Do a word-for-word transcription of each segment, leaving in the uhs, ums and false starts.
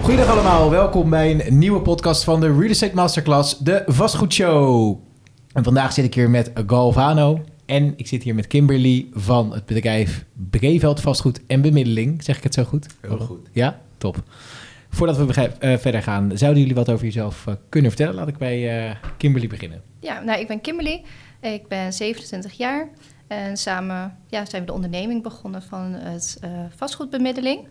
Goedendag allemaal, welkom bij een nieuwe podcast van de Real Estate Masterclass, de Vastgoedshow. En vandaag zit ik hier met Galvano en ik zit hier met Kimberly van het bedrijf Breveld Vastgoed en Bemiddeling. Zeg ik het zo goed? Heel goed. Ja, top. Voordat we begrijp, uh, verder gaan, zouden jullie wat over jezelf uh, kunnen vertellen? Laat ik bij uh, Kimberly beginnen. Ja, nou, ik ben Kimberly. Ik ben zevenentwintig jaar. En samen ja, zijn we de onderneming begonnen van het uh, vastgoedbemiddeling.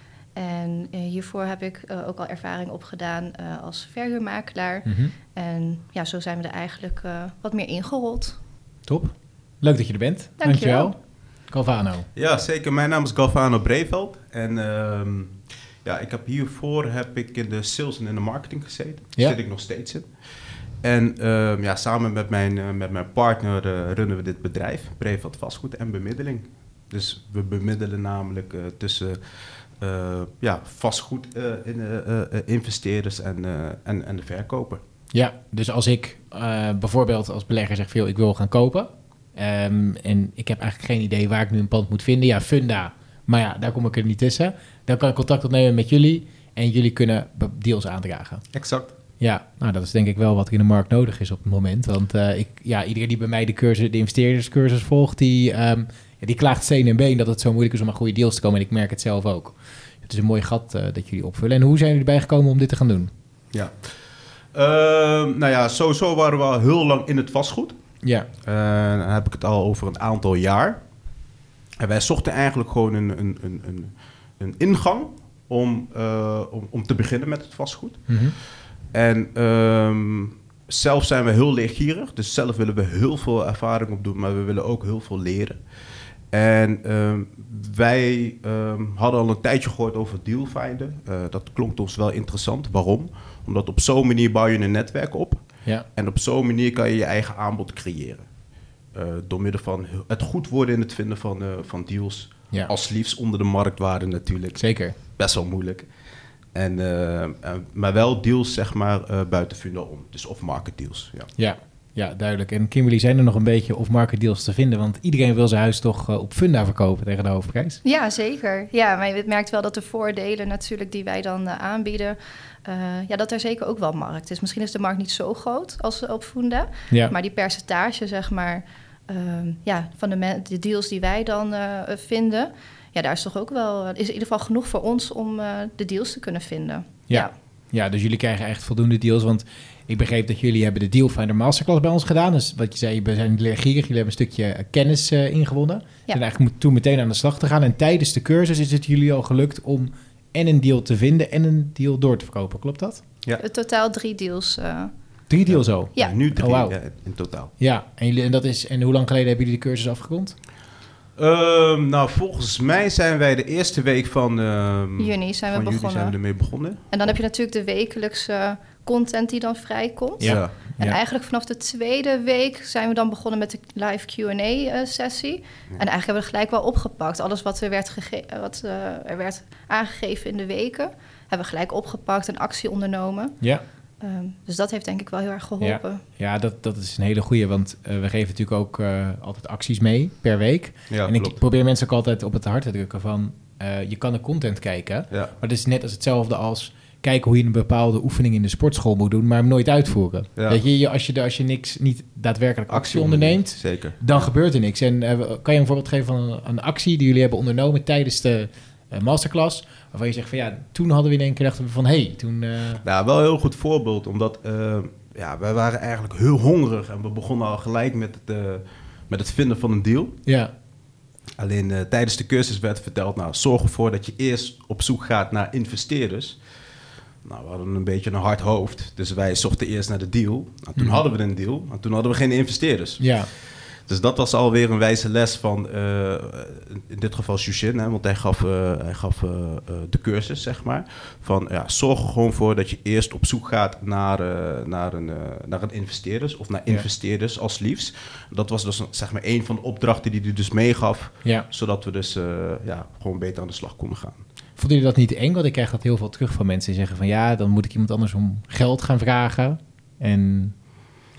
En uh, hiervoor heb ik uh, ook al ervaring opgedaan uh, als verhuurmakelaar. Mm-hmm. En ja, zo zijn we er eigenlijk uh, wat meer ingerold. Top. Leuk dat je er bent. Dank je wel. Dankjewel. Galvano. Ja, zeker. Mijn naam is Galvano Breveld. En uh, ja, ik heb hiervoor heb ik in de sales en in de marketing gezeten. Daar Ja. zit ik nog steeds in. En uh, ja, samen met mijn, uh, met mijn partner uh, runnen we dit bedrijf, Breveld Vastgoed en Bemiddeling. Dus we bemiddelen namelijk uh, tussen uh, ja, vastgoed uh, in, uh, uh, investeerders en, uh, en, en de verkoper. Ja, dus als ik uh, bijvoorbeeld als belegger zeg veel, ik wil gaan kopen. Um, en ik heb eigenlijk geen idee waar ik nu een pand moet vinden. Ja, Funda, maar ja, daar kom ik er niet tussen. Dan kan ik contact opnemen met jullie en jullie kunnen deals aandragen. Exact. Ja, nou dat is denk ik wel wat er in de markt nodig is op het moment. Want uh, ik, ja, iedereen die bij mij de, cursus, de investeerderscursus volgt, die, um, ja, die klaagt steen en been dat het zo moeilijk is om aan goede deals te komen. En ik merk het zelf ook. Het is een mooi gat uh, dat jullie opvullen. En hoe zijn jullie erbij gekomen om dit te gaan doen? Ja. Uh, nou ja, sowieso waren we al heel lang in het vastgoed. Ja. Uh, dan heb ik het al over een aantal jaar. En wij zochten eigenlijk gewoon een, een, een, een, een ingang om, uh, om, om te beginnen met het vastgoed. Mm-hmm. En um, zelf zijn we heel leergierig. Dus zelf willen we heel veel ervaring opdoen, maar we willen ook heel veel leren. En um, wij um, hadden al een tijdje gehoord over Dealfinder. Uh, dat klonk ons wel interessant. Waarom? Omdat op zo'n manier bouw je een netwerk op. Ja. En op zo'n manier kan je je eigen aanbod creëren. Uh, door middel van het goed worden in het vinden van, uh, van deals. Ja. Als liefst onder de marktwaarde natuurlijk. Zeker. Best wel moeilijk. En, uh, uh, maar wel deals zeg maar uh, buiten Funda om. Dus off-market deals. Ja. Ja, ja, duidelijk. En Kimberly, zijn er nog een beetje off-market deals te vinden? Want iedereen wil zijn huis toch uh, op Funda verkopen tegen de hoofdprijs? Ja, zeker. Ja, maar je merkt wel dat de voordelen natuurlijk die wij dan uh, aanbieden, uh, ja, dat er zeker ook wel markt is. Misschien is de markt niet zo groot als op Funda, Ja. maar die percentage, zeg maar, uh, ja, van de, me- de deals die wij dan uh, vinden, ja, daar is toch ook wel, is in ieder geval genoeg voor ons om uh, de deals te kunnen vinden. Ja. Ja. Ja, dus jullie krijgen echt voldoende deals. Want ik begreep dat jullie hebben de Dealfinder Masterclass bij ons gedaan. Dus wat je zei, we zijn leergierig. Jullie hebben een stukje uh, kennis uh, ingewonnen. Ja. En eigenlijk moet toen meteen aan de slag te gaan. En tijdens de cursus is het jullie al gelukt om en een deal te vinden en een deal door te verkopen. Klopt dat? Ja. Het totaal drie deals. Uh, Drie deals al? Ja. Ja, nu drie Oh, wow. ja, in totaal. Ja, en, jullie, en, dat is, en hoe lang geleden hebben jullie de cursus afgerond? Um, nou, volgens mij zijn wij de eerste week van um, juni zijn we van begonnen. juli zijn we ermee begonnen. En dan heb je natuurlijk de wekelijkse content die dan vrijkomt. Ja. Ja. En Ja. eigenlijk vanaf de tweede week zijn we dan begonnen met de live Q and A-sessie. Uh, en eigenlijk hebben we het gelijk wel opgepakt. Alles wat, er werd, gege- wat uh, er werd aangegeven in de weken, hebben we gelijk opgepakt en actie ondernomen. Ja. Um, dus dat heeft denk ik wel heel erg geholpen. Ja, dat, dat is een hele goeie, want uh, we geven natuurlijk ook uh, altijd acties mee per week. Ja, en ik klopt. probeer mensen ook altijd op het hart te drukken van, uh, je kan de content kijken, Ja. maar het is net als hetzelfde als kijken hoe je een bepaalde oefening in de sportschool moet doen, maar hem nooit uitvoeren. Ja. Weet je, als je, als je niks, niet daadwerkelijk actie onderneemt, Zeker. dan gebeurt er niks. En uh, kan je een voorbeeld geven van een, een actie die jullie hebben ondernomen tijdens de uh, masterclass, waarvan je zegt van ja, toen hadden we in één keer dachten we van hé, hey, toen... Uh... Nou, wel een heel goed voorbeeld, omdat uh, ja, wij waren eigenlijk heel hongerig en we begonnen al gelijk met het, uh, met het vinden van een deal. Ja. Alleen uh, tijdens de cursus werd verteld, nou, zorg ervoor dat je eerst op zoek gaat naar investeerders. Nou, we hadden een beetje een hard hoofd, dus wij zochten eerst naar de deal. Nou, toen Mm. hadden we een deal, maar toen hadden we geen investeerders. Ja. Dus dat was alweer een wijze les van, uh, in dit geval Shushin, hè, want hij gaf, uh, hij gaf uh, uh, de cursus, zeg maar. Van, ja, zorg er gewoon voor dat je eerst op zoek gaat naar, uh, naar, een, uh, naar een investeerders of naar Ja. investeerders als liefst. Dat was dus zeg maar een van de opdrachten die hij dus meegaf, Ja. zodat we dus uh, ja, gewoon beter aan de slag konden gaan. Vonden jullie dat niet eng? Want ik krijg dat heel veel terug van mensen die zeggen van ja, dan moet ik iemand anders om geld gaan vragen. En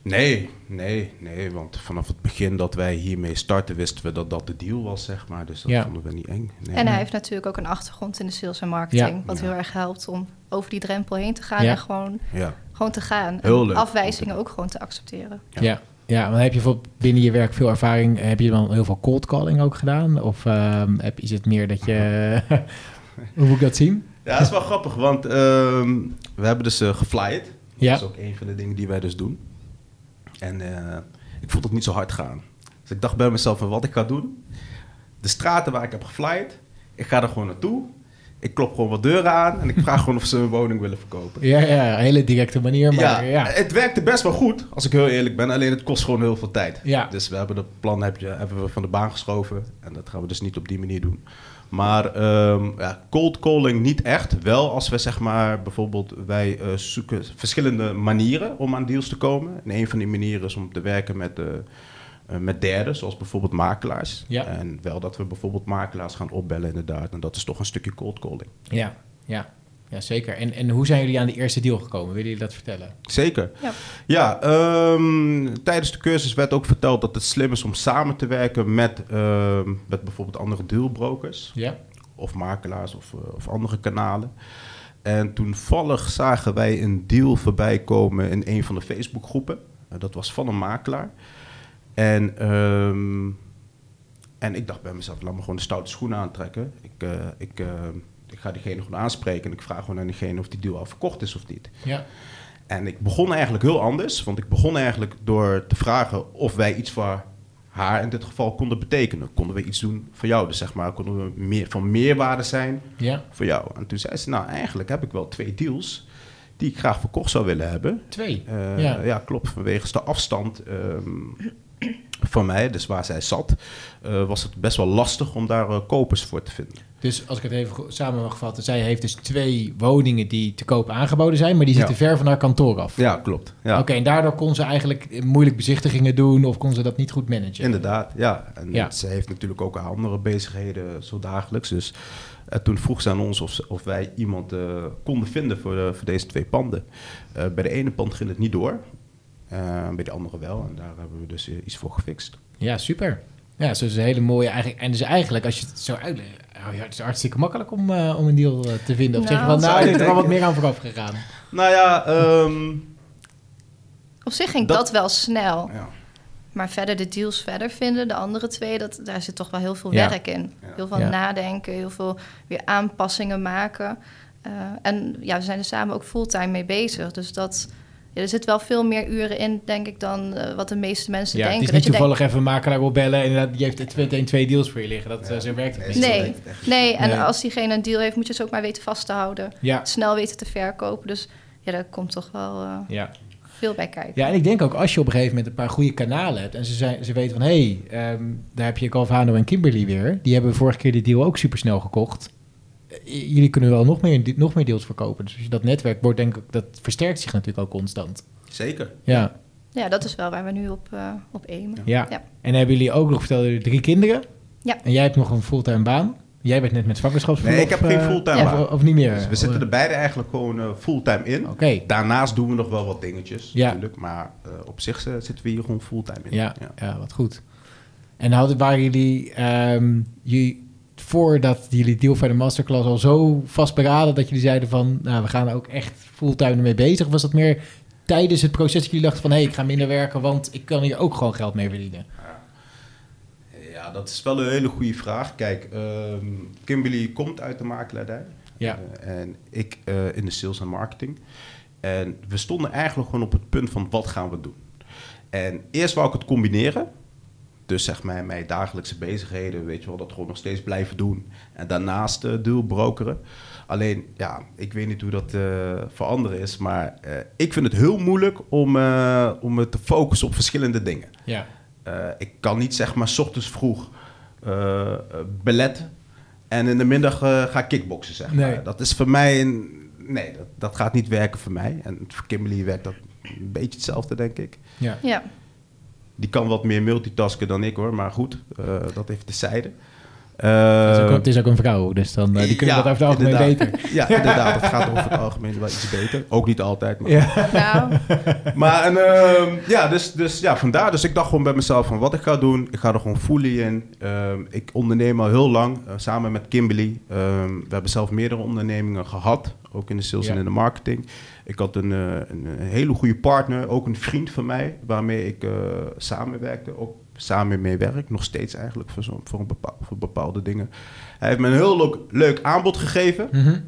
Nee, nee, nee. Want vanaf het begin dat wij hiermee starten, wisten we dat dat de deal was, zeg maar. Dus dat Ja. vonden we niet eng. Nee. En hij heeft natuurlijk ook een achtergrond in de sales en marketing. Ja. Wat Ja. heel erg helpt om over die drempel heen te gaan Ja. en gewoon, Ja. gewoon te gaan. Heel en leuk. afwijzingen ook gewoon te accepteren. Ja. ja. Ja, maar heb je bijvoorbeeld binnen je werk veel ervaring? Heb je dan heel veel cold calling ook gedaan? Of um, heb, is het meer dat je... Hoe moet ik dat zien? Ja, dat is wel grappig, want ehm, we hebben dus uh, geflyed. Ja. Dat is ook een van de dingen die wij dus doen. En uh, ik vond het niet zo hard gaan. Dus ik dacht bij mezelf, van wat ik ga doen. De straten waar ik heb geflyed, ik ga er gewoon naartoe. Ik klop gewoon wat deuren aan en ik vraag gewoon of ze een woning willen verkopen. Ja, ja, een hele directe manier. Maar, ja, ja, het werkte best wel goed, als ik heel eerlijk ben. Alleen het kost gewoon heel veel tijd. Ja. Dus we hebben het plan heb je, hebben we van de baan geschoven. En dat gaan we dus niet op die manier doen. Maar um, ja, cold calling niet echt. Wel als we zeg maar bijvoorbeeld, wij uh, zoeken verschillende manieren om aan deals te komen. En een van die manieren is om te werken met, uh, uh, met derden, zoals bijvoorbeeld makelaars. Ja. En wel dat we bijvoorbeeld makelaars gaan opbellen inderdaad. En dat is toch een stukje cold calling. ja, ja, ja zeker. En, en hoe zijn jullie aan de eerste deal gekomen? Willen jullie dat vertellen? Zeker. Ja. Ja, um, tijdens de cursus werd ook verteld dat het slim is om samen te werken met, uh, met bijvoorbeeld andere dealbrokers. Ja. Of makelaars of, uh, of andere kanalen. En toevallig zagen wij een deal voorbij komen in een van de Facebookgroepen. Uh, dat was van een makelaar. En, um, en ik dacht bij mezelf, laat me gewoon de stoute schoenen aantrekken. Ik, uh, ik, uh, ik ga diegene gewoon aanspreken en ik vraag gewoon aan diegene of die deal al verkocht is of niet. Ja. En ik begon eigenlijk heel anders, want ik begon eigenlijk door te vragen of wij iets voor haar in dit geval konden betekenen. Konden we iets doen voor jou? Dus zeg maar, konden we meer, van meerwaarde zijn Ja. voor jou? En toen zei ze, nou eigenlijk heb ik wel twee deals die ik graag verkocht zou willen hebben. Twee. Uh, Ja. ja, klopt. Vanwege de afstand um, van mij, dus waar zij zat, uh, was het best wel lastig om daar uh, kopers voor te vinden. Dus als ik het even go- samen mag vatten, zij heeft dus twee woningen die te koop aangeboden zijn, maar die zitten Ja. ver van haar kantoor af. Ja, klopt. Ja. Oké, okay, en daardoor kon ze eigenlijk moeilijk bezichtigingen doen of kon ze dat niet goed managen? Inderdaad, ja. En Ja. ze heeft natuurlijk ook andere bezigheden zo dagelijks. Dus uh, toen vroeg ze aan ons of, ze, of wij iemand uh, konden vinden voor, uh, voor deze twee panden. Uh, bij de ene pand ging het niet door, uh, bij de andere wel. En daar hebben we dus uh, iets voor gefixt. Ja, super. Ja, zo is een hele mooie eigenlijk. En dus eigenlijk, als je het zo uitlegt, oh ja, het is hartstikke makkelijk om, uh, om een deal uh, te vinden. Of Nou, zeg je van, zou nou, je er is er al wat denken. meer aan vooraf gegaan. Nou ja, um, Op zich ging Dat- dat, wel snel. ja. Maar verder de deals verder vinden, de andere twee, dat, daar zit toch wel heel veel Ja. werk in. Ja. Heel veel Ja. nadenken, heel veel weer aanpassingen maken. Uh, en ja, we zijn er samen ook fulltime mee bezig. Dus dat, ja, er zit wel veel meer uren in, denk ik, dan uh, wat de meeste mensen Ja, het denken. is niet Dat je toevallig even een makelaar wil bellen en inderdaad, die heeft meteen twee deals voor je liggen. Dat, Ja. uh, zo werkt het Nee, niet. zo Nee, werkt het echt. nee, en Nee. als diegene een deal heeft, moet je ze ook maar weten vast te houden. Ja, Snel weten te verkopen. Dus ja, daar komt toch wel uh, ja. veel bij kijken. Ja, en ik denk ook als je op een gegeven moment een paar goede kanalen hebt en ze, zijn, ze weten van, hé, hey, um, daar heb je Galvano en Kimberly weer. Die hebben vorige keer die deal ook supersnel gekocht. J- jullie kunnen wel nog meer, nog meer deals verkopen. Dus als je dat netwerk wordt, denk ik, dat versterkt zich natuurlijk ook constant. Zeker. Ja, Ja, dat is wel waar we nu op, uh, op aimen. ja. Ja. En hebben jullie ook nog verteld, jullie drie kinderen? Ja. En jij hebt nog een fulltime baan? Jij bent net met zwangerschapsverlof. Nee, ik heb geen eh, fulltime of, baan. of niet meer? Dus we zitten er beide eigenlijk gewoon uh, fulltime in. Oké. Daarnaast doen we nog wel wat dingetjes Ja. natuurlijk. Maar uh, op zich uh, zitten we hier gewoon fulltime in. Ja, ja. ja, wat goed. En hadden, waren jullie, um, jullie, voordat jullie deal van de masterclass al zo vastberaden dat jullie zeiden van, nou, we gaan er ook echt fulltime ermee bezig? Of was dat meer tijdens het proces dat jullie dachten van, hé, hey, ik ga minder werken, want ik kan hier ook gewoon geld mee verdienen? Ja, dat is wel een hele goede vraag. Kijk, um, Kimberly komt uit de makelaardij. Ja. Uh, en ik uh, in de sales en marketing. En we stonden eigenlijk gewoon op het punt van, wat gaan we doen? En eerst wou ik het combineren. Dus zeg maar mijn dagelijkse bezigheden, weet je wel, dat gewoon nog steeds blijven doen. En daarnaast uh, deal brokeren. Alleen, ja, ik weet niet hoe dat uh, voor anderen is, maar uh, ik vind het heel moeilijk om, uh, om me te focussen op verschillende dingen. Ja. Uh, ik kan niet zeg maar 's ochtends vroeg uh, beletten en in de middag uh, ga kickboksen, zeg maar. Nee. Dat is voor mij een, nee, dat, dat gaat niet werken voor mij. En voor Kimberly werkt dat een beetje hetzelfde, denk ik. Ja. Ja. Die kan wat meer multitasken dan ik hoor, maar goed, uh, dat heeft terzijde. Uh, het, is ook, het is ook een vrouw, dus dan uh, die kunnen ja, dat over het algemeen inderdaad. beter. Ja, inderdaad. Het gaat over het algemeen wel iets beter. Ook niet altijd. Maar, Ja. Nou, maar en, uh, ja, dus, dus ja, vandaar. Dus ik dacht gewoon bij mezelf van wat ik ga doen. Ik ga er gewoon fully in. Um, ik onderneem al heel lang, uh, samen met Kimberly. Um, we hebben zelf meerdere ondernemingen gehad. Ook in de sales ja. en in de marketing. Ik had een, uh, een, een hele goede partner. Ook een vriend van mij, waarmee ik uh, samenwerkte. Ook samen mee werk, nog steeds eigenlijk voor, zo, voor, een bepaal, voor bepaalde dingen. Hij heeft me een heel leuk, leuk aanbod gegeven. Mm-hmm.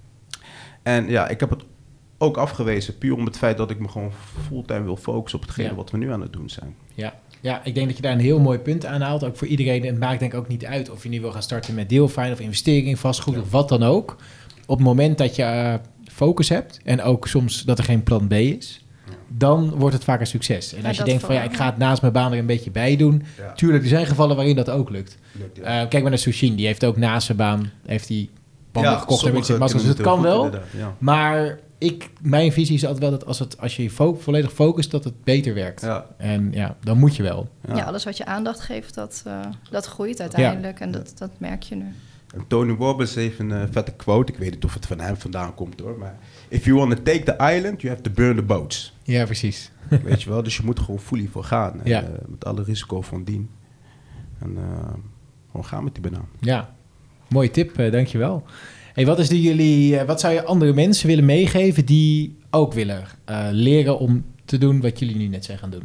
En ja, ik heb het ook afgewezen, puur om het feit dat ik me gewoon fulltime wil focussen op hetgene ja. wat we nu aan het doen zijn. Ja. ja, ik denk dat je daar een heel mooi punt aanhaalt, ook voor iedereen. Het maakt denk ik ook niet uit of je nu wil gaan starten met deelfijn of investering in vastgoed ja. of wat dan ook. Op het moment dat je uh, focus hebt en ook soms dat er geen plan B is, dan wordt het vaak een succes. En als ja, je denkt van ja, ik ga het naast mijn baan er een beetje bij doen. Ja. Tuurlijk, er zijn gevallen waarin dat ook lukt. lukt ja. uh, kijk maar naar Sushin, die heeft ook naast zijn baan heeft die banden ja, gekocht en beetje maskers. Dus het kan wel. Ja. Maar ik, mijn visie is altijd wel dat als, het, als je je fo- volledig focust, dat het beter werkt. Ja. En ja, dan moet je wel. Ja, ja alles wat je aandacht geeft, dat, uh, dat groeit uiteindelijk. Ja. En dat, dat merk je nu. En Tony Robbins heeft een uh, vette quote. Ik weet niet of het van hem vandaan komt hoor. Maar if you want to take the island, you have to burn the boats. Ja, precies. Weet je wel? Dus je moet er gewoon fully voor gaan. En, ja. uh, met alle risico van dien. En uh, gewoon gaan met die banaan. Ja, mooie tip. Uh, dankjewel. Hey, wat, is die jullie, uh, wat zou je andere mensen willen meegeven die ook willen uh, leren om te doen wat jullie nu net zijn gaan doen?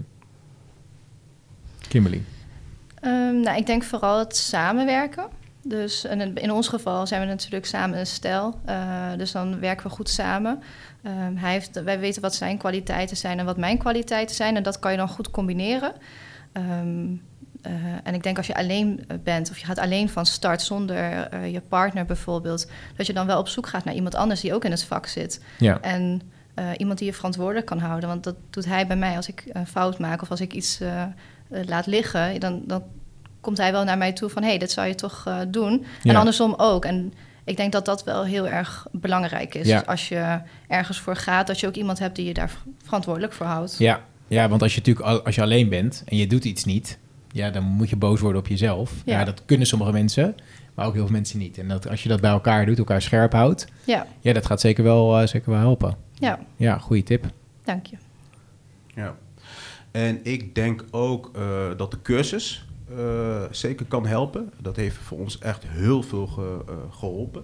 Kimberly. Um, nou, ik denk vooral het samenwerken. Dus in, in ons geval zijn we natuurlijk samen een stel. Uh, dus dan werken we goed samen. Um, hij heeft, wij weten wat zijn kwaliteiten zijn en wat mijn kwaliteiten zijn. En dat kan je dan goed combineren. Um, uh, en ik denk als je alleen bent of je gaat alleen van start zonder uh, je partner bijvoorbeeld, dat je dan wel op zoek gaat naar iemand anders die ook in het vak zit. Ja. En uh, iemand die je verantwoordelijk kan houden. Want dat doet hij bij mij als ik een fout maak of als ik iets uh, uh, laat liggen. Dan, dan komt hij wel naar mij toe van, hé, hey, dit zou je toch uh, doen. Ja. En andersom ook. En ik denk dat dat wel heel erg belangrijk is. Ja. Als je ergens voor gaat, dat je ook iemand hebt die je daar verantwoordelijk voor houdt. Ja, ja, want als je natuurlijk als je alleen bent en je doet iets niet, ja, dan moet je boos worden op jezelf. Ja, ja dat kunnen sommige mensen, maar ook heel veel mensen niet. En dat, als je dat bij elkaar doet, elkaar scherp houdt, ja, ja dat gaat zeker wel, uh, zeker wel helpen. Ja. Ja, goede tip. Dank je. Ja. En ik denk ook uh, dat de cursus Uh, zeker kan helpen. Dat heeft voor ons echt heel veel ge, uh, geholpen.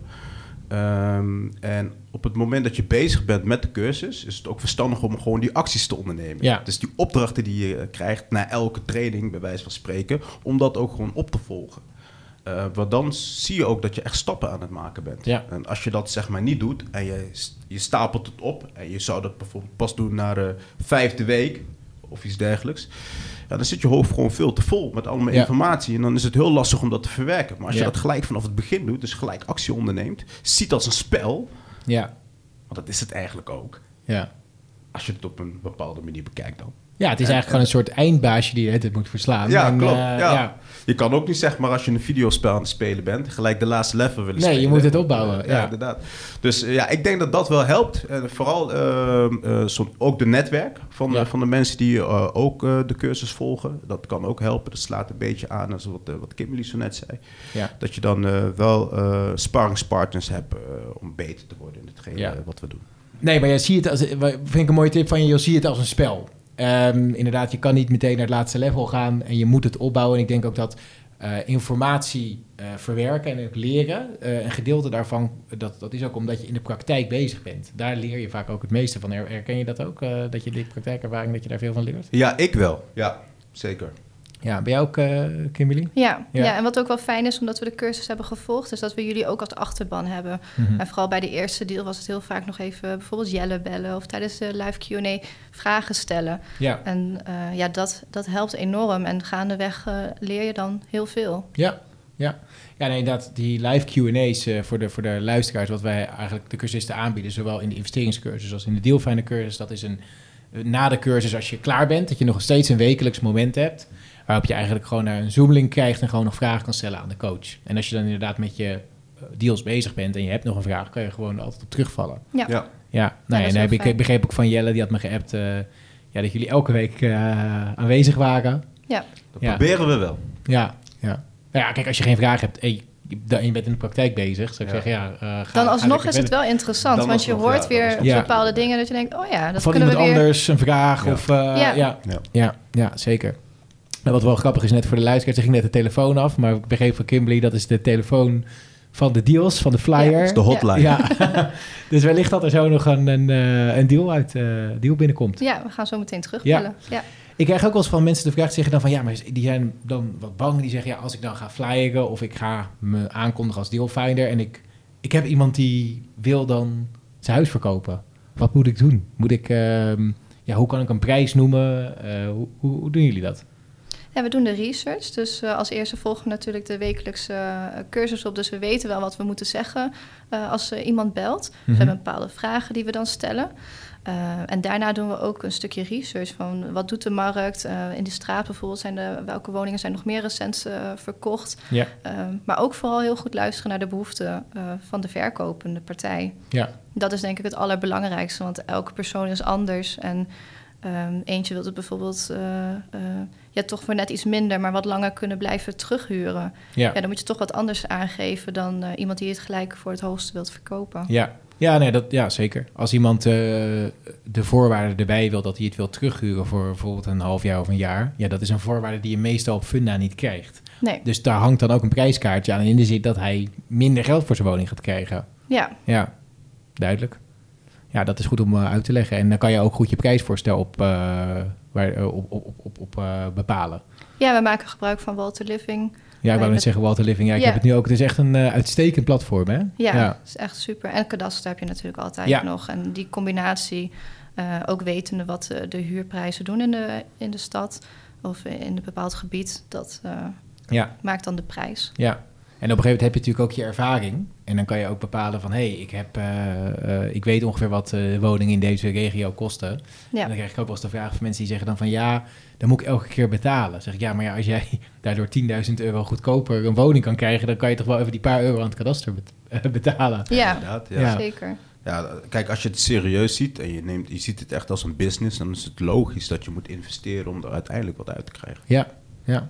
Um, en op het moment dat je bezig bent met de cursus, is het ook verstandig om gewoon die acties te ondernemen. Ja. Dus die opdrachten die je krijgt na elke training, bij wijze van spreken, om dat ook gewoon op te volgen. Uh, want dan zie je ook dat je echt stappen aan het maken bent. Ja. En als je dat zeg maar niet doet en je, je stapelt het op en je zou dat bijvoorbeeld pas doen na de vijfde week of iets dergelijks, ja, dan zit je hoofd gewoon veel te vol met allemaal ja. informatie. En dan is het heel lastig om dat te verwerken. Maar als ja. je dat gelijk vanaf het begin doet, dus gelijk actie onderneemt, ziet als een spel, ja. want dat is het eigenlijk ook. Ja. Als je het op een bepaalde manier bekijkt dan. Ja, het is en, eigenlijk gewoon een soort eindbaasje die je het moet verslaan. Ja, en, klopt. Uh, ja. Ja. Je kan ook niet, zeg maar, als je een videospel aan het spelen bent, gelijk de laatste level willen nee, spelen. Nee, je moet het opbouwen. Ja, ja. ja, inderdaad. Dus uh, ja, ik denk dat dat wel helpt. En vooral uh, uh, som, ook de netwerk van, ja. uh, van de mensen die uh, ook uh, de cursus volgen. Dat kan ook helpen. Dat slaat een beetje aan als wat, uh, wat Kimberly zo net zei. Ja. Dat je dan uh, wel uh, sparringspartners hebt uh, om beter te worden in hetgeen ja. uh, wat we doen. Nee, maar je ziet het als, vind ik een mooie tip van je, je ziet het als een spel. Um, inderdaad, je kan niet meteen naar het laatste level gaan en je moet het opbouwen. En ik denk ook dat uh, informatie uh, verwerken en ook leren, uh, een gedeelte daarvan, dat, dat is ook omdat je in de praktijk bezig bent. Daar leer je vaak ook het meeste van. Herken je dat ook, uh, dat je die praktijkervaring, dat je daar veel van leert? Ja, ik wel. Ja, zeker. Ja, ben jij ook, uh, Kimberly? Ja, ja. ja, en wat ook wel fijn is, omdat we de cursus hebben gevolgd, is dat we jullie ook als achterban hebben. Mm-hmm. En vooral bij de eerste deel was het heel vaak nog even bijvoorbeeld Jelle bellen of tijdens de live Q en A vragen stellen. Ja. En uh, ja, dat, dat helpt enorm en gaandeweg uh, leer je dan heel veel. Ja, ja. Ja, nee, inderdaad, die live Q en A's uh, voor, de, voor de luisteraars, wat wij eigenlijk de cursisten aanbieden, zowel in de investeringscursus als in de deelfijne cursus, dat is een, na de cursus, als je klaar bent, dat je nog steeds een wekelijks moment hebt, waarop je eigenlijk gewoon naar een Zoom-link krijgt en gewoon nog vragen kan stellen aan de coach. En als je dan inderdaad met je deals bezig bent en je hebt nog een vraag, kan je gewoon altijd op terugvallen. Ja. Ja, ja nou ja, en heb ik, ik begreep ook van Jelle, die had me geappt, uh, ja, dat jullie elke week uh, aanwezig waren. Ja. Dat ja. proberen we wel. Ja, ja. Nou ja, kijk, als je geen vraag hebt... Hey, je bent in de praktijk bezig, zou ik ja. zeggen, ja... Uh, ga, dan alsnog ga is het wel interessant, dan want je alsnog, hoort ja, weer ja. bepaalde dingen dat je denkt, oh ja, dat van kunnen we iemand weer... anders, een vraag, ja. of... Uh, ja. Ja. Ja. Ja. Ja, ja, zeker. Nou, wat wel grappig is, net voor de luisteraars, er ging net de telefoon af, maar ik begreep van Kimberly, dat is de telefoon van de deals, van de flyer. Ja, dat is de hotline. Ja. Dus wellicht dat er zo nog een, een, een deal uit uh, deal binnenkomt. Ja, we gaan zo meteen terugbellen. Ja. Ja. Ik krijg ook wel eens van mensen de vraag te zeggen dan van... ja, maar die zijn dan wat bang. Die zeggen, ja, als ik dan ga flyeren... of ik ga me aankondigen als dealfinder... en ik, ik heb iemand die wil dan zijn huis verkopen. Wat moet ik doen? Moet ik, uh, ja, hoe kan ik een prijs noemen? Uh, hoe, hoe, hoe doen jullie dat? Ja, we doen de research. Dus uh, als eerste volgen we natuurlijk de wekelijkse uh, cursus op. Dus we weten wel wat we moeten zeggen uh, als uh, iemand belt. Mm-hmm. We hebben bepaalde vragen die we dan stellen. Uh, en daarna doen we ook een stukje research van wat doet de markt. Uh, in de straat bijvoorbeeld, zijn de, welke woningen zijn nog meer recent uh, verkocht. Ja. Uh, maar ook vooral heel goed luisteren naar de behoeften uh, van de verkopende partij. Ja. Dat is denk ik het allerbelangrijkste, want elke persoon is anders. En um, eentje wil het bijvoorbeeld uh, uh, ja, toch voor net iets minder, maar wat langer kunnen blijven terughuren. Ja. Ja, dan moet je toch wat anders aangeven dan uh, iemand die het gelijk voor het hoogste wilt verkopen. Ja. Ja, nee, dat, ja, zeker. Als iemand uh, de voorwaarden erbij wil dat hij het wil terughuren voor bijvoorbeeld een half jaar of een jaar, ja, dat is een voorwaarde die je meestal op Funda niet krijgt. Nee. Dus daar hangt dan ook een prijskaartje aan in de zin dat hij minder geld voor zijn woning gaat krijgen. Ja. Ja, duidelijk. Ja, dat is goed om uh, uit te leggen. En dan kan je ook goed je prijsvoorstel op, uh, waar, uh, op, op, op, op uh, bepalen. Ja, we maken gebruik van Walter Living. Ja, ik wou net zeggen Walter Living. Ja, ik ja. heb het nu ook. Het is echt een uh, uitstekend platform, hè? Ja, ja, het is echt super. En kadaster heb je natuurlijk altijd ja. nog. En die combinatie, uh, ook wetende wat uh, de huurprijzen doen in de, in de stad of in een bepaald gebied, dat uh, ja. maakt dan de prijs. Ja. En op een gegeven moment heb je natuurlijk ook je ervaring. En dan kan je ook bepalen van, hé, hey, ik heb, uh, uh, ik weet ongeveer wat uh, woningen in deze regio kosten. Ja. En dan krijg ik ook wel eens de vraag van mensen die zeggen dan van, ja, dan moet ik elke keer betalen. Dan zeg ik, ja, maar ja, als jij daardoor tienduizend euro goedkoper een woning kan krijgen, dan kan je toch wel even die paar euro aan het kadaster bet- uh, betalen. Ja, ja, ja, zeker. Ja, kijk, als je het serieus ziet en je, neemt, je ziet het echt als een business, dan is het logisch dat je moet investeren om er uiteindelijk wat uit te krijgen. Ja, ja.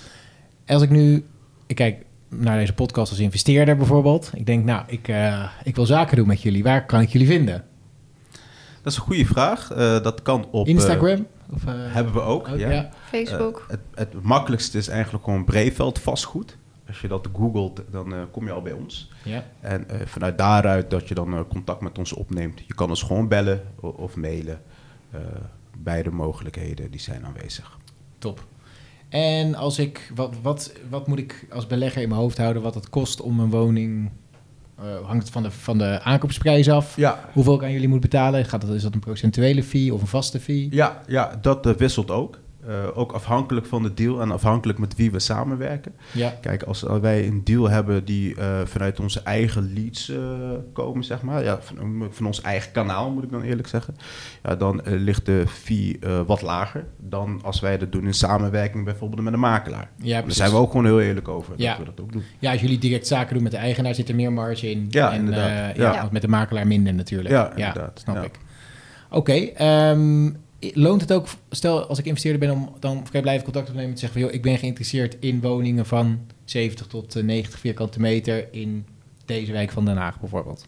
En als ik nu, ik kijk naar deze podcast als investeerder bijvoorbeeld. Ik denk, nou, ik, uh, ik wil zaken doen met jullie. Waar kan ik jullie vinden? Dat is een goede vraag. Uh, dat kan op Instagram? Uh, of, uh, hebben we ook, ook ja. ja. Facebook. Uh, het, het makkelijkste is eigenlijk gewoon Breeveld vastgoed. Als je dat googelt, dan uh, kom je al bij ons. Ja. En uh, vanuit daaruit dat je dan uh, contact met ons opneemt. Je kan ons gewoon bellen of, of mailen. Uh, beide mogelijkheden die zijn aanwezig. Top. En als ik, wat, wat, wat moet ik als belegger in mijn hoofd houden wat het kost om een woning, uh, hangt het van de, van de aankoopsprijs af? Ja. Hoeveel ik aan jullie moet betalen? Gaat dat, is dat een procentuele fee of een vaste fee? Ja, ja dat uh, wisselt ook. Uh, ook afhankelijk van de deal en afhankelijk met wie we samenwerken. Ja. Kijk, als wij een deal hebben die uh, vanuit onze eigen leads uh, komen, zeg maar, ja, van, van ons eigen kanaal moet ik dan eerlijk zeggen, ja, dan uh, ligt de fee uh, wat lager dan als wij dat doen in samenwerking bijvoorbeeld met een makelaar. Ja, daar zijn we ook gewoon heel eerlijk over ja. dat we dat ook doen. Ja, als jullie direct zaken doen met de eigenaar, zit er meer marge in. Ja, en, inderdaad. Uh, ja. ja, met de makelaar minder natuurlijk. Ja, inderdaad. Snap ja. ik. Oké, okay, um, loont het ook, stel als ik investeerder ben, om dan blijven contact opnemen en te zeggen van, joh, ik ben geïnteresseerd in woningen van zeventig tot negentig vierkante meter in deze wijk van Den Haag bijvoorbeeld?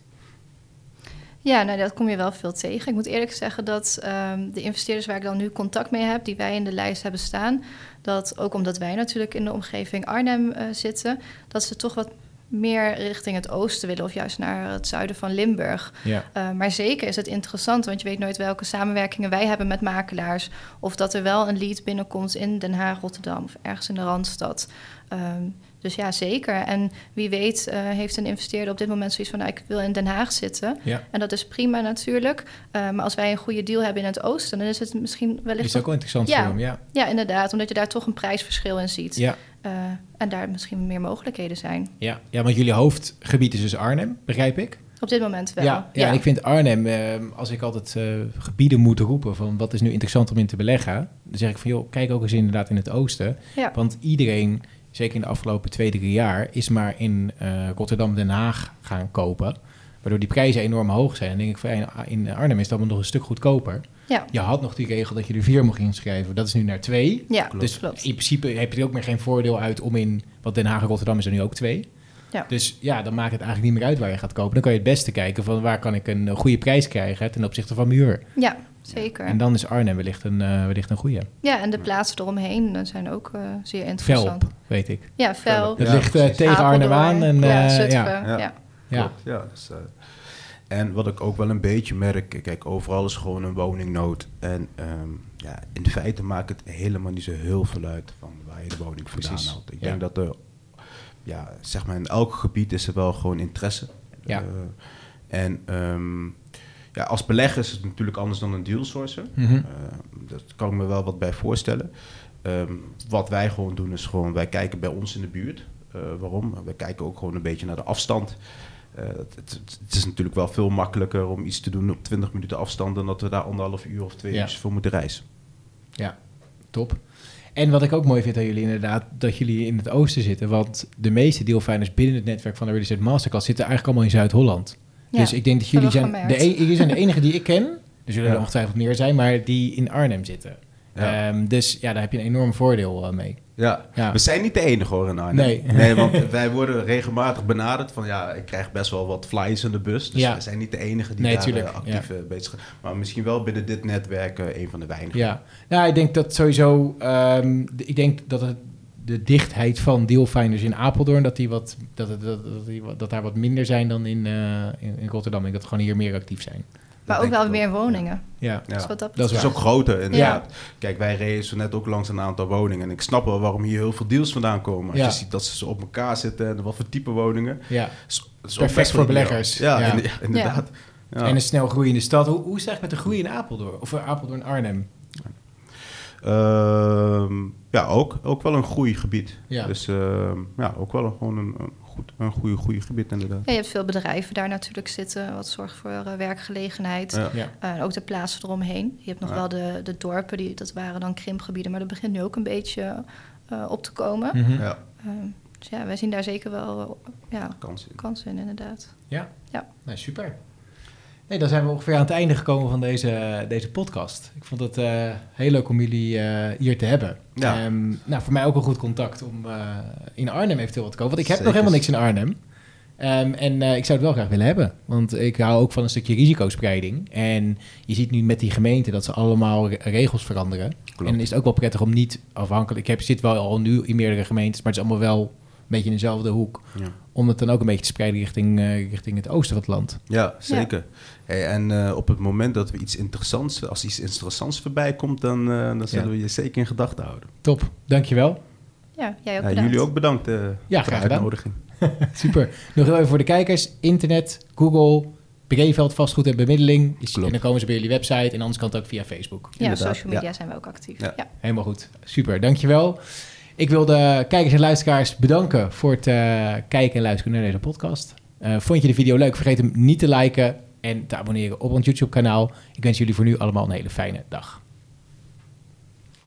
Ja, nou, dat kom je wel veel tegen. Ik moet eerlijk zeggen dat um, de investeerders waar ik dan nu contact mee heb, die wij in de lijst hebben staan, dat ook omdat wij natuurlijk in de omgeving Arnhem uh, zitten, dat ze toch wat meer richting het oosten willen of juist naar het zuiden van Limburg. Ja. Uh, maar zeker is het interessant, want je weet nooit welke samenwerkingen wij hebben met makelaars, of dat er wel een lead binnenkomt in Den Haag, Rotterdam of ergens in de Randstad. Um, dus ja, zeker. En wie weet uh, heeft een investeerder op dit moment zoiets van, nou, ik wil in Den Haag zitten. Ja. En dat is prima natuurlijk. Uh, maar als wij een goede deal hebben in het oosten, dan is het misschien wellicht... Is het ook wel interessant ja, voor hem, ja. Ja, inderdaad, omdat je daar toch een prijsverschil in ziet. Ja. Uh, en daar misschien meer mogelijkheden zijn. Ja, ja, want jullie hoofdgebied is dus Arnhem, begrijp ik? Op dit moment wel. Ja, ja, ja. En ik vind Arnhem, uh, als ik altijd uh, gebieden moet roepen van wat is nu interessant om in te beleggen, dan zeg ik van, joh, kijk ook eens inderdaad in het oosten. Ja. Want iedereen, zeker in de afgelopen twee, drie jaar, is maar in uh, Rotterdam, Den Haag gaan kopen. waardoor die prijzen enorm hoog zijn. En dan denk ik van, ja, in Arnhem is het allemaal nog een stuk goedkoper. Ja. Je had nog die regel dat je er vier mocht inschrijven. Dat is nu naar twee. Ja, dus klopt. in principe heb je er ook meer geen voordeel uit om in... Want Den Haag en Rotterdam is er nu ook twee. Ja. Dus ja, dan maakt het eigenlijk niet meer uit waar je gaat kopen. Dan kan je het beste kijken van waar kan ik een goede prijs krijgen ten opzichte van mijn huur. Ja, zeker. En dan is Arnhem wellicht een, uh, wellicht een goede. Ja, en de plaatsen eromheen zijn ook uh, zeer interessant. Velp, weet ik. Ja, Velp. Dat ja, ligt uh, tegen Arnhem aan. En, uh, ja, Zutphen. Ja, Ja. ja. Ja. ja dus, uh, en wat ik ook wel een beetje merk, kijk, overal is gewoon een woningnood. En um, ja, in feite maakt het helemaal niet zo heel veel uit van waar je de woning vandaan Precies. haalt. Ik Ja. denk dat er, ja, zeg maar in elk gebied is er wel gewoon interesse. Ja. Uh, en um, ja, als belegger is het natuurlijk anders dan een deal sourcer. Mm-hmm. Uh, daar kan ik me wel wat bij voorstellen. Um, wat wij gewoon doen is gewoon, wij kijken bij ons in de buurt. Uh, waarom? We kijken ook gewoon een beetje naar de afstand. Uh, het, het, het is natuurlijk wel veel makkelijker om iets te doen op twintig minuten afstand dan dat we daar anderhalf uur of twee Ja. uur voor moeten reizen. Ja, top. En wat ik ook mooi vind aan jullie inderdaad, dat jullie in het oosten zitten. Want de meeste dealfinders binnen het netwerk van de Real Estate Masterclass zitten eigenlijk allemaal in Zuid-Holland. Ja, dus ik denk dat jullie dat zijn hebben de, we e- jullie zijn de enige die ik ken. Dus jullie Ja. er ongetwijfeld meer zijn, maar die in Arnhem zitten. Ja. Um, dus ja, daar heb je een enorm voordeel uh, mee. Ja. Ja. We zijn niet de enige hoor in Arnhem. Nee. nee, want wij worden regelmatig benaderd van ja, ik krijg best wel wat flyers in de bus. Dus Ja. we zijn niet de enige die Nee, daar tuurlijk, uh, actief uh, bezig zijn. Maar misschien wel binnen dit netwerk uh, een van de weinigen. Ja, nou, ik denk dat sowieso, um, d- ik denk dat het, de dichtheid van dealfinders in Apeldoorn, dat die wat, dat, het, dat, dat, die, wat- dat daar wat minder zijn dan in, uh, in, in Rotterdam. Ik denk dat gewoon hier meer actief zijn. Maar Dat ook denk wel ik meer woningen. Ja, Ja. Dus wat dat Dat is Het is waar. ook groter, inderdaad. Ja. Kijk, wij reden zo net ook langs een aantal woningen. En ik snap wel waarom hier heel veel deals vandaan komen. Als Ja. je ziet dat ze zo op elkaar zitten en wat voor type woningen. ja. Is- is ook Perfect best wel voor ideaal. beleggers. Ja, Ja. in- ja, inderdaad. Ja. En een snel groeiende stad. Hoe, hoe is het eigenlijk met de groei in Apeldoorn? Of uh, Apeldoorn-Arnhem? Ehm, ja, ook, ook wel een groeigebied. Ja. Dus ehm, ja, ook wel een, gewoon een, een, goed, een goede groeigebied inderdaad. Ja, je hebt veel bedrijven daar natuurlijk zitten, wat zorgt voor uh, werkgelegenheid. Ja. Ja. Uh, ook de plaatsen eromheen. Je hebt nog Ja. wel de, de dorpen, die, dat waren dan krimpgebieden, maar dat begint nu ook een beetje uh, op te komen. Mhm. Ja, Uh, dus ja, wij zien daar zeker wel uh, ja, kans in. kansen in, inderdaad. Ja? Ja. Nou, super. Nee, dan zijn we ongeveer aan het einde gekomen van deze, deze podcast. Ik vond het uh, heel leuk om jullie uh, hier te hebben. Ja. Um, nou, voor mij ook een goed contact om uh, in Arnhem eventueel wat te kopen. Want ik heb Zeker. nog helemaal niks in Arnhem. Um, en uh, ik zou het wel graag willen hebben. Want ik hou ook van een stukje risicospreiding. En je ziet nu met die gemeenten dat ze allemaal re- regels veranderen. Klopt. En is het ook wel prettig om niet afhankelijk... Ik heb, zit wel al nu in meerdere gemeentes, maar het is allemaal wel een beetje in dezelfde hoek. Ja. Om het dan ook een beetje te spreiden richting, uh, richting het oosten van het land. Ja, zeker. Hey, en uh, op het moment dat we iets interessants, als iets interessants voorbij komt, dan, uh, dan zullen Ja. we je zeker in gedachten houden. Top, dankjewel. Ja, jij ook Ja, bedankt. jullie ook bedankt uh, Ja, voor de graag gedaan. uitnodiging. Super. Nog heel even voor de kijkers. Internet, Google, Breeveld, vastgoed en bemiddeling. Is, Klopt. en dan komen ze bij jullie website en anders kan het ook via Facebook. Ja, Inderdaad, social media ja. zijn we ook actief. Ja. Ja. Helemaal goed. Super, dankjewel. Ik wil de kijkers en luisteraars bedanken voor het uh, kijken en luisteren naar deze podcast. Uh, vond je de video leuk? Vergeet hem niet te liken en te abonneren op ons YouTube kanaal. Ik wens jullie voor nu allemaal een hele fijne dag.